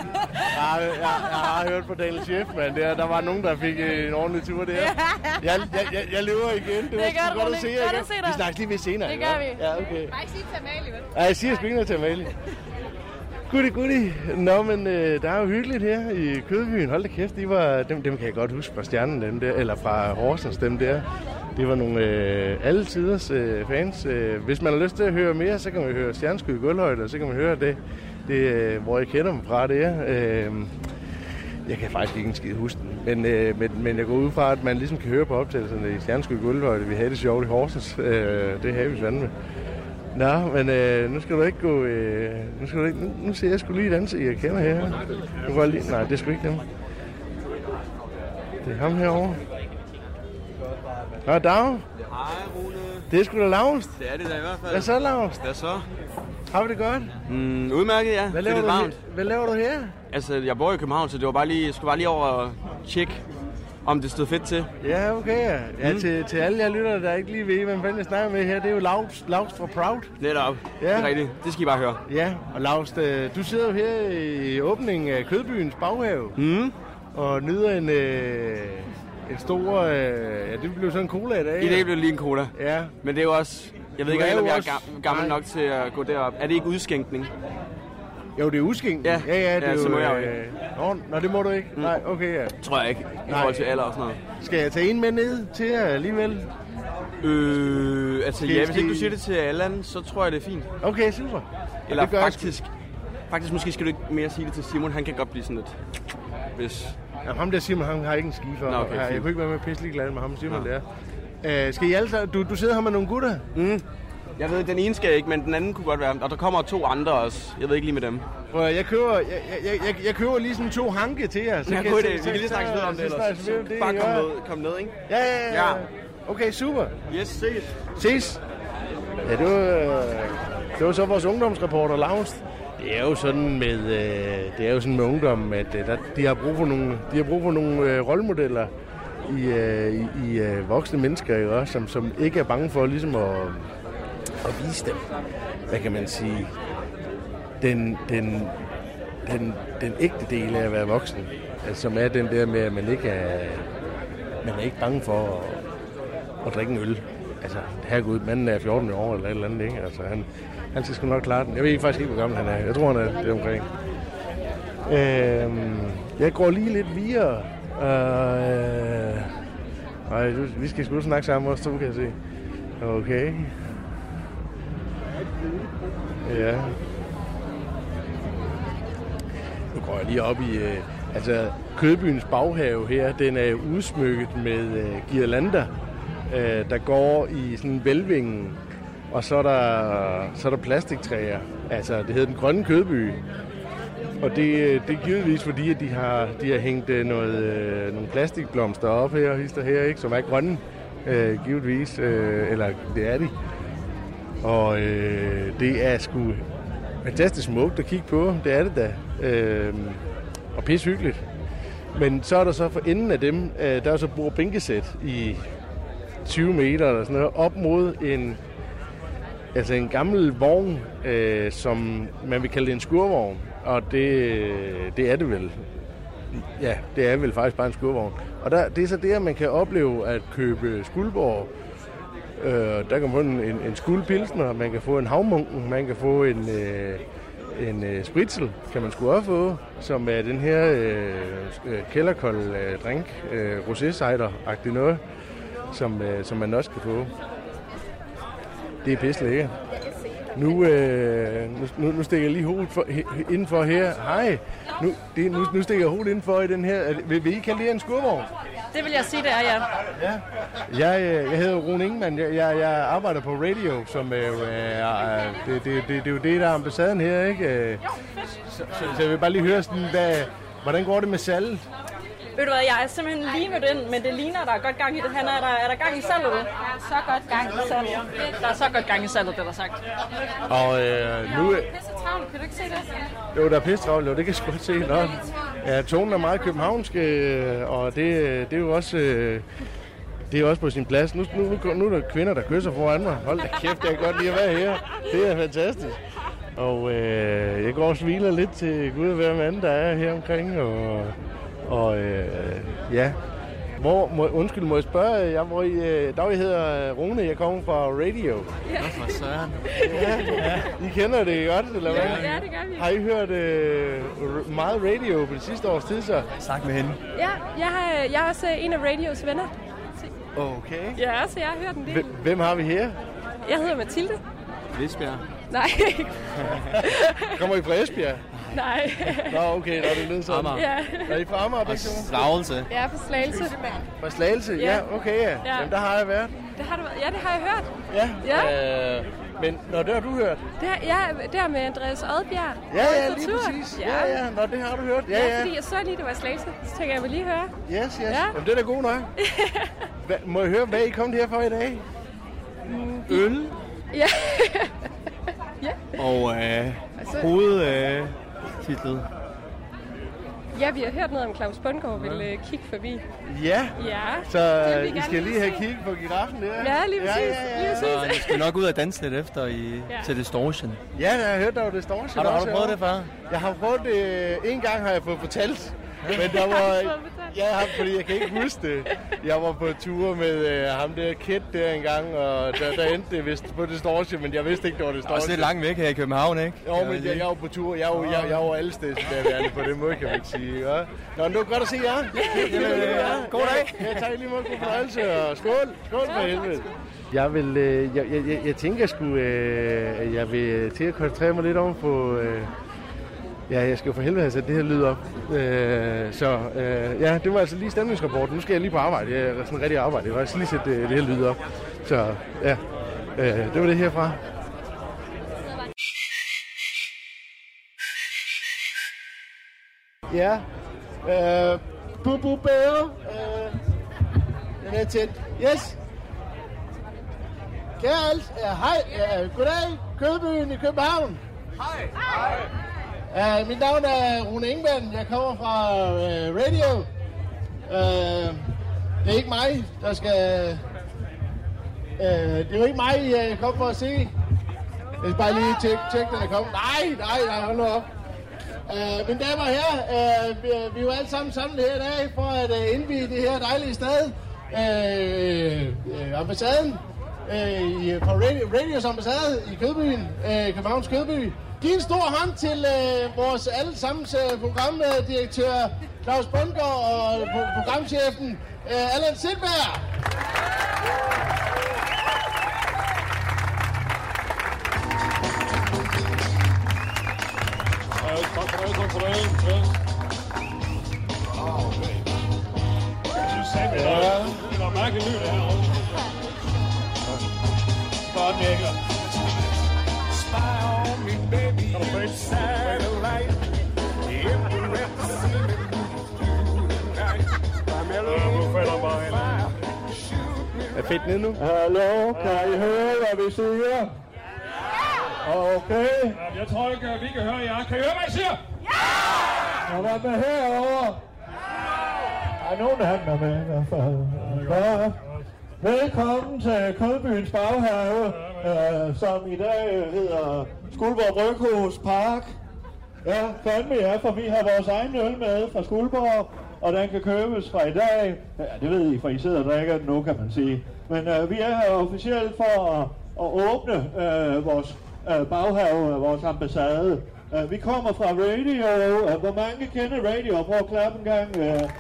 har hørt på Daniel Schiffman. Der var nogen, der fik en ordentlig tur der. Jeg lever igen. Det var godt at se jer igen. Vi snakkes lige ved senere. Det gør vi. Ja, okay. Bare ikke sige til Amalie, vel? Nej, jeg siger sgu ikke noget til Amalie. Goodie. Nå, men der er jo hyggeligt her i Kødbyen. Hold da kæft, dem kan jeg godt huske fra Stjernen, dem der, eller fra Horsens, dem der. Det var nogle alle tiders fans. Hvis man har lyst til at høre mere, så kan man høre Stjerneskud i Gulvhøjde, og så kan man høre det hvor jeg kender dem fra det er. Jeg kan faktisk ikke en skid huske den, men jeg går ud fra, at man ligesom kan høre på optagelserne i Stjerneskud i Gulvhøjde. Vi havde det sjovt i Horsens. Det havde vi fandme. Nå, men nu skal du ikke gå... Nu ser jeg sgu lige et ansigt, jeg kender her. Nu går lige... Nej, det er sgu ikke dem. Det er ham herovre. Nå, Dag. Hej, Rune. Det er sgu da Laust. Det er det da i hvert fald. Hvad så, Laust? Hvad så? Har vi det godt? Udmærket, ja. Hvad laver du her? Altså, jeg bor i København, så det var skulle bare lige over og tjekke, om det stod fedt til. Ja, okay. Ja, til alle jer lyttere, der ikke lige ved, hvem fanden jeg snakker med her, det er jo Laust fra Proud. Netop. Ja. Det er rigtigt. Det skal I bare høre. Ja, og Laust, du sidder jo her i åbningen af Kødbyens baghave. Og nyder en stor... det blev sådan en cola i dag. I dag blev det lige en cola. Ja. Men det er jo også... Jeg ved ikke, om jeg er gammel nok til at gå derop. Er det ikke udskænkning? Jo, det er udskænkning. Ja, det er så må jeg jo ikke. Nå, det må du ikke. Nej, okay, ja. Tror jeg ikke, i forhold til alder og sådan noget. Skal jeg tage en med ned til jer alligevel? Hvis ikke du siger det til Allan, så tror jeg, det er fint. Okay, super. Eller faktisk måske skal du ikke mere sige det til Simon. Han kan godt blive sådan lidt... Hvis... Ja, ham der Simon, han har ikke en ski for. Nå, okay, jeg kunne ikke være med at pisse lige glad med ham, Simon der. Skal I alle sammen... Du sidder her med nogle gutter? Jeg ved, den ene skal ikke, men den anden kunne godt være. Og der kommer 2 andre også. Jeg ved ikke lige med dem. Jeg køber lige sådan 2 hanke til jer. Så vi kan lige snakke videre om det ellers. Bare kom ned, ikke? Ja. Okay, super. Yes, ses. Ja, det var så vores ungdomsreporter, Laust. Det er jo sådan med ungdommen, at de har brug for nogle rollemodeller i voksne mennesker, ikke også, som ikke er bange for ligesom at vise dem, hvad kan man sige, den ægte del af at være voksen, altså, som er den der med, at man er ikke bange for at drikke en øl. Altså, herregud, manden er 14 år eller et eller andet, ikke? Altså, han skal sgu nok klare den. Jeg ved faktisk ikke, hvor gammel han er. Jeg tror, han er det omkring. Jeg går lige lidt videre. Vi skal sgu snakke sammen også, så kan jeg se. Okay. Ja. Nu går jeg lige op i... Kødbyens baghave her, den er udsmykket med girlander, der går i sådan en velvingen. Og så er der plastiktræer. Altså, det hedder den grønne Kødby. Og det er givetvis fordi, at de har hængt nogle plastikblomster op her, ikke, som er grønne, givetvis. Eller det er de. Og det er sgu fantastisk smukt at kigge på. Det er det da. Og pisse hyggeligt. Men så er der så for enden af dem, der er så bordbænkesæt i 20 meter eller sådan noget, op mod en gammel vogn, som man vil kalde det en skurvogn. Og det er det vel. Ja, det er vel faktisk bare en skurvogn. Og det er så det, at man kan opleve at købe Skuldborg. Der kan man få en skuldpilsner, man kan få en havmunken, man kan få en spritzel, kan man sgu også få, som er den her kælderkold drink, rosé-cider-agtig noget, som man også kan få. Det er pisse lækkert. Nu stikker jeg lige hovedet indenfor her. Hej. Nu stikker jeg hovedet indenfor i den her. Vil I kalde det en skurvogn? Det vil jeg sige, det er, ja. Jeg hedder Rune Ingemann. Jeg arbejder på radio, som det er jo det, der er ambassaden her, ikke? Så jeg vil bare lige høre sådan, hvordan går det med salget? Ved du hvad, jeg er simpelthen lige mødt ind, men det ligner, der er godt gang i det. Er der gang i salget? Der er så godt gang i salget. Der er så godt gang i salget, det der sagt. Og nu... Det er pisse travlt, kan du ikke se det? Jo, der er pisse travlt, det kan jeg sgu godt se. Nå. Ja, tonen er meget københavnsk, og det er jo også... Det er også på sin plads. Nu er der kvinder, der kysser foran mig. Hold da kæft, jeg kan godt lide at være her. Det er fantastisk. Og jeg går og smiler lidt til Gud og hver mand, der er her omkring. Og ja... Undskyld, må jeg spørge? Jeg hedder Rune, jeg kommer fra Radio. Ja. Fra Søren. Ja. I kender det godt, eller hvad? Ja, det gør vi. Har I hørt meget radio på det sidste års tid, så? Snak med hende. Ja, jeg er også en af Radios venner. Okay. Ja, så jeg har hørt en del. Hvem har vi her? Jeg hedder Mathilde. Lisbjerg. Nej. Kommer I fra Esbjerg? Nej. Nå, okay, der er det lidt sådan. Ja. Er I fra Amager? Og Slagelse. Ja, fra Slagelse. Fra Slagelse? Ja, okay, ja. Jamen, der har jeg været. Det har du været? Ja, det har jeg hørt. Ja. Men det har du hørt? Der med Andreas Odbjerg. Ja, lige præcis. Ja. Nå, det har du hørt. Ja. Fordi jeg så lige, det var Slagelse. Så tænker jeg, vil lige høre. Yes. Ja. Jamen, det er da god nok. Må jeg høre, hvad I kom her for i dag? Øl. Ja. Og hovedtitlet. Ja, vi har hørt noget om Claus Bundgaard vil kigge forbi. Ja, så I skal lige have kigget på giraffen der. Ja, lige præcis. Og I skal nok ud og danse lidt efter til Distortion. Ja, jeg har hørt, der var Distortion. Har du prøvet det før? Jeg har prøvet det en gang, har jeg fået fortalt. Men der var... fordi jeg kan ikke huske det. Jeg var på tur med ham der Kit der engang, og der endte det vist på Distortion, men jeg vidste ikke, det var Distortion. Også lidt langt væk her i København, ikke? Jo, men jeg var på tur. Jeg var alle steder der på den måde, kan man sige. Ja. Nå, det var godt at se jer. God dag. Ja, tak lige måde. God fornøjelse, og skål. Skål for helvede. Jeg tænker jeg vil til at koncentrere mig lidt om på... Ja, jeg skal jo for helvede have sat det her lyd op. Det var altså lige stemningsrapporten. Nu skal jeg lige på arbejde. Jeg er sådan rigtig arbejde. Jeg vil altså lige sætte det her lyd op. Så ja, det var det herfra. Ja, Bubu Bære. Den er tæt. Yes. Kære alt. Hej. Goddag. Kødbyen i København. Hej. Mit navn er Rune Ingemann. Jeg kommer fra Radio. Det er ikke mig, der skal... det er jo ikke mig, jeg kom for at se. Jeg skal bare lige tjekke, den er kommet. Nej, hold nu op. Mine damer og herrer, vi er jo alle sammen her i dag for at indvie det her dejlige sted. Ambassaden. Fra Radios ambassade i Kødbyen, Københavns Kødby. Giv en stor hånd til vores allesammens programdirektør Claus Bundgaard og programchefen Allan Sindberg. Tak for det. Du sagde det, det var mærkeligt lyd her også. Godt, Mikkel. Er fedt nede nu? Hallo, kan I høre, hvad vi siger? Okay. Jeg tror ikke, vi kan høre jer. Kan I høre, hvad I siger? Ja! Og hvad med herovre? Der er nogen, der handler med i hvert fald. Velkommen til Kødbyens Baghave, som i dag hedder Skuldborg Bryghus Park. Ja, fandme ja, for vi har vores egen øl med fra Skuldborg, og den kan købes fra i dag. Ja, det ved I, for I sidder og drikker den nu, kan man sige. Men vi er her officielt for at åbne vores baghave, vores ambassade. Vi kommer fra Radio. Hvor mange kender Radio? Prøv at klappe en gang.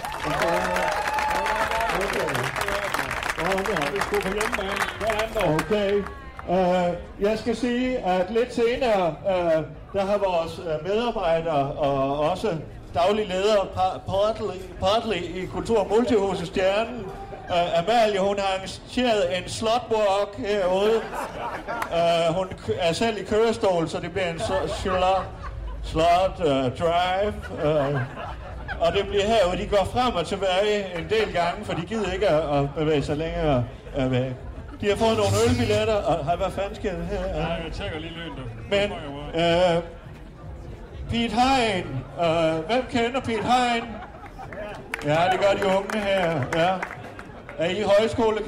Okay. Jeg skal sige, at lidt senere, der har vores medarbejdere og også daglig leder, partly i Kultur- og Multihuset Stjernen, Amalie, hun har arrangeret en slotwalk herude. Hun er selv i kørestol, så det bliver en slot drive. Og det bliver herude, de går frem og tilbage en del gange, for de gider ikke at bevæge sig længere væk. De har fået nogle ølbilletter, og hvad fanden sker det her? Ja, jeg tjekker lige løn, du. Men, Piet Hein, hvem kender Piet Hein? Ja, det gør de unge her, ja. Er I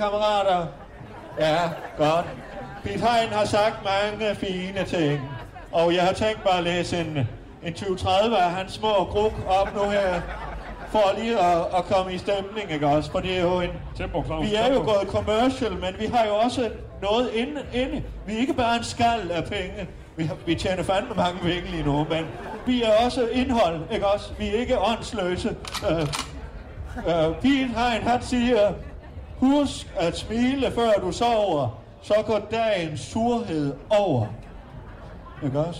højskolekammerater? Ja, godt. Piet Hein har sagt mange fine ting. Og jeg har tænkt mig at læse en 20-30 af hans små gruk op nu her, for lige at komme i stemning, ikke også? For det er jo vi er jo gået commercial, men vi har jo også noget inde. Vi er ikke bare en skal af penge. Vi tjener fandme mange penge lige nu, men vi er også indhold, ikke også? Vi er ikke åndsløse. Pigen han siger, husk at smile, før du sover, så går dagens surhed over. Ikke også?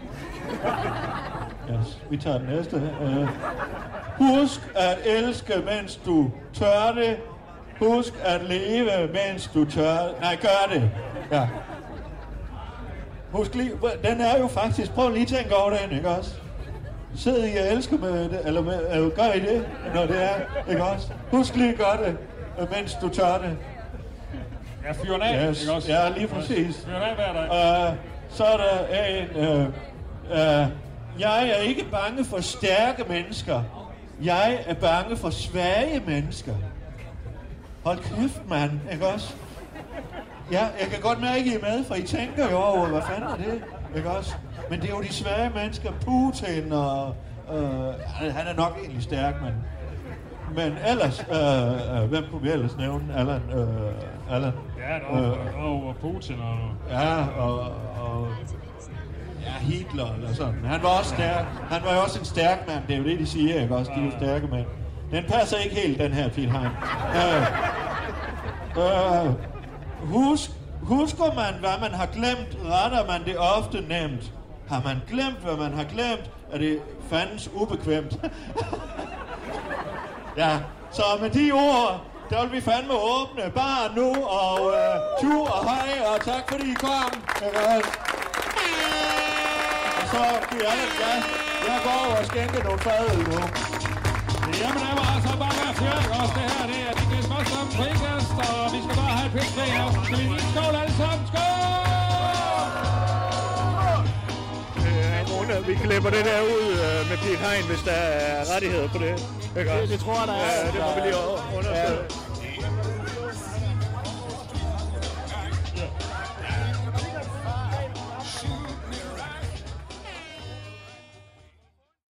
Yes, vi tager den næste. Husk at elske, mens du tør det. Husk at leve, mens du tør... Nej, gør det. Ja. Husk lige... Den er jo faktisk... Prøv lige at tænke over den, ikke også? Sid I og elsker med det, eller gør I det, når det er, ikke også? Husk lige at gøre det, mens du tør det. Ja, fyren af, yes. ikke også? Ja, lige præcis. Fyren af hver dag. Så er der en... jeg er ikke bange for stærke mennesker. Jeg er bange for svage mennesker. Hold kæft, mand, ikke også? Ja, jeg kan godt mærke, I er med, for I tænker jo over, hvad fanden er det, ikke også? Men det er jo de svage mennesker, Putin og... han er nok egentlig stærk, men ellers... hvem kunne vi ellers nævne? Allan? Ja, og Putin og... Ja, og ja, Hitler eller sådan. Han var også stærk. Han var jo også en stærk mand. Det er jo det, de siger, ikke også? De er jo stærke mænd. Den passer ikke helt, den her, Piet Hein. Husker man, hvad man har glemt, retter man det ofte nemt. Har man glemt, hvad man har glemt, er det fandens ubekvemt. Ja, så med de ord, der vil vi fandme åbne bare nu, og tur og hej, og tak fordi I kom. Og så giver alle gas. Jeg går over og skænker nogle fadøl nu. Jamen, der var altså bare være fjert også det her. Det er de småste om frikast, og vi skal bare have et pænt krig her. Skal vi lige skål alle sammen? Skål! Vi klipper det der ud med Piet Hein, hvis der er rettigheder på det. Det tror jeg, der er. Ja, det må vi lige undersøge.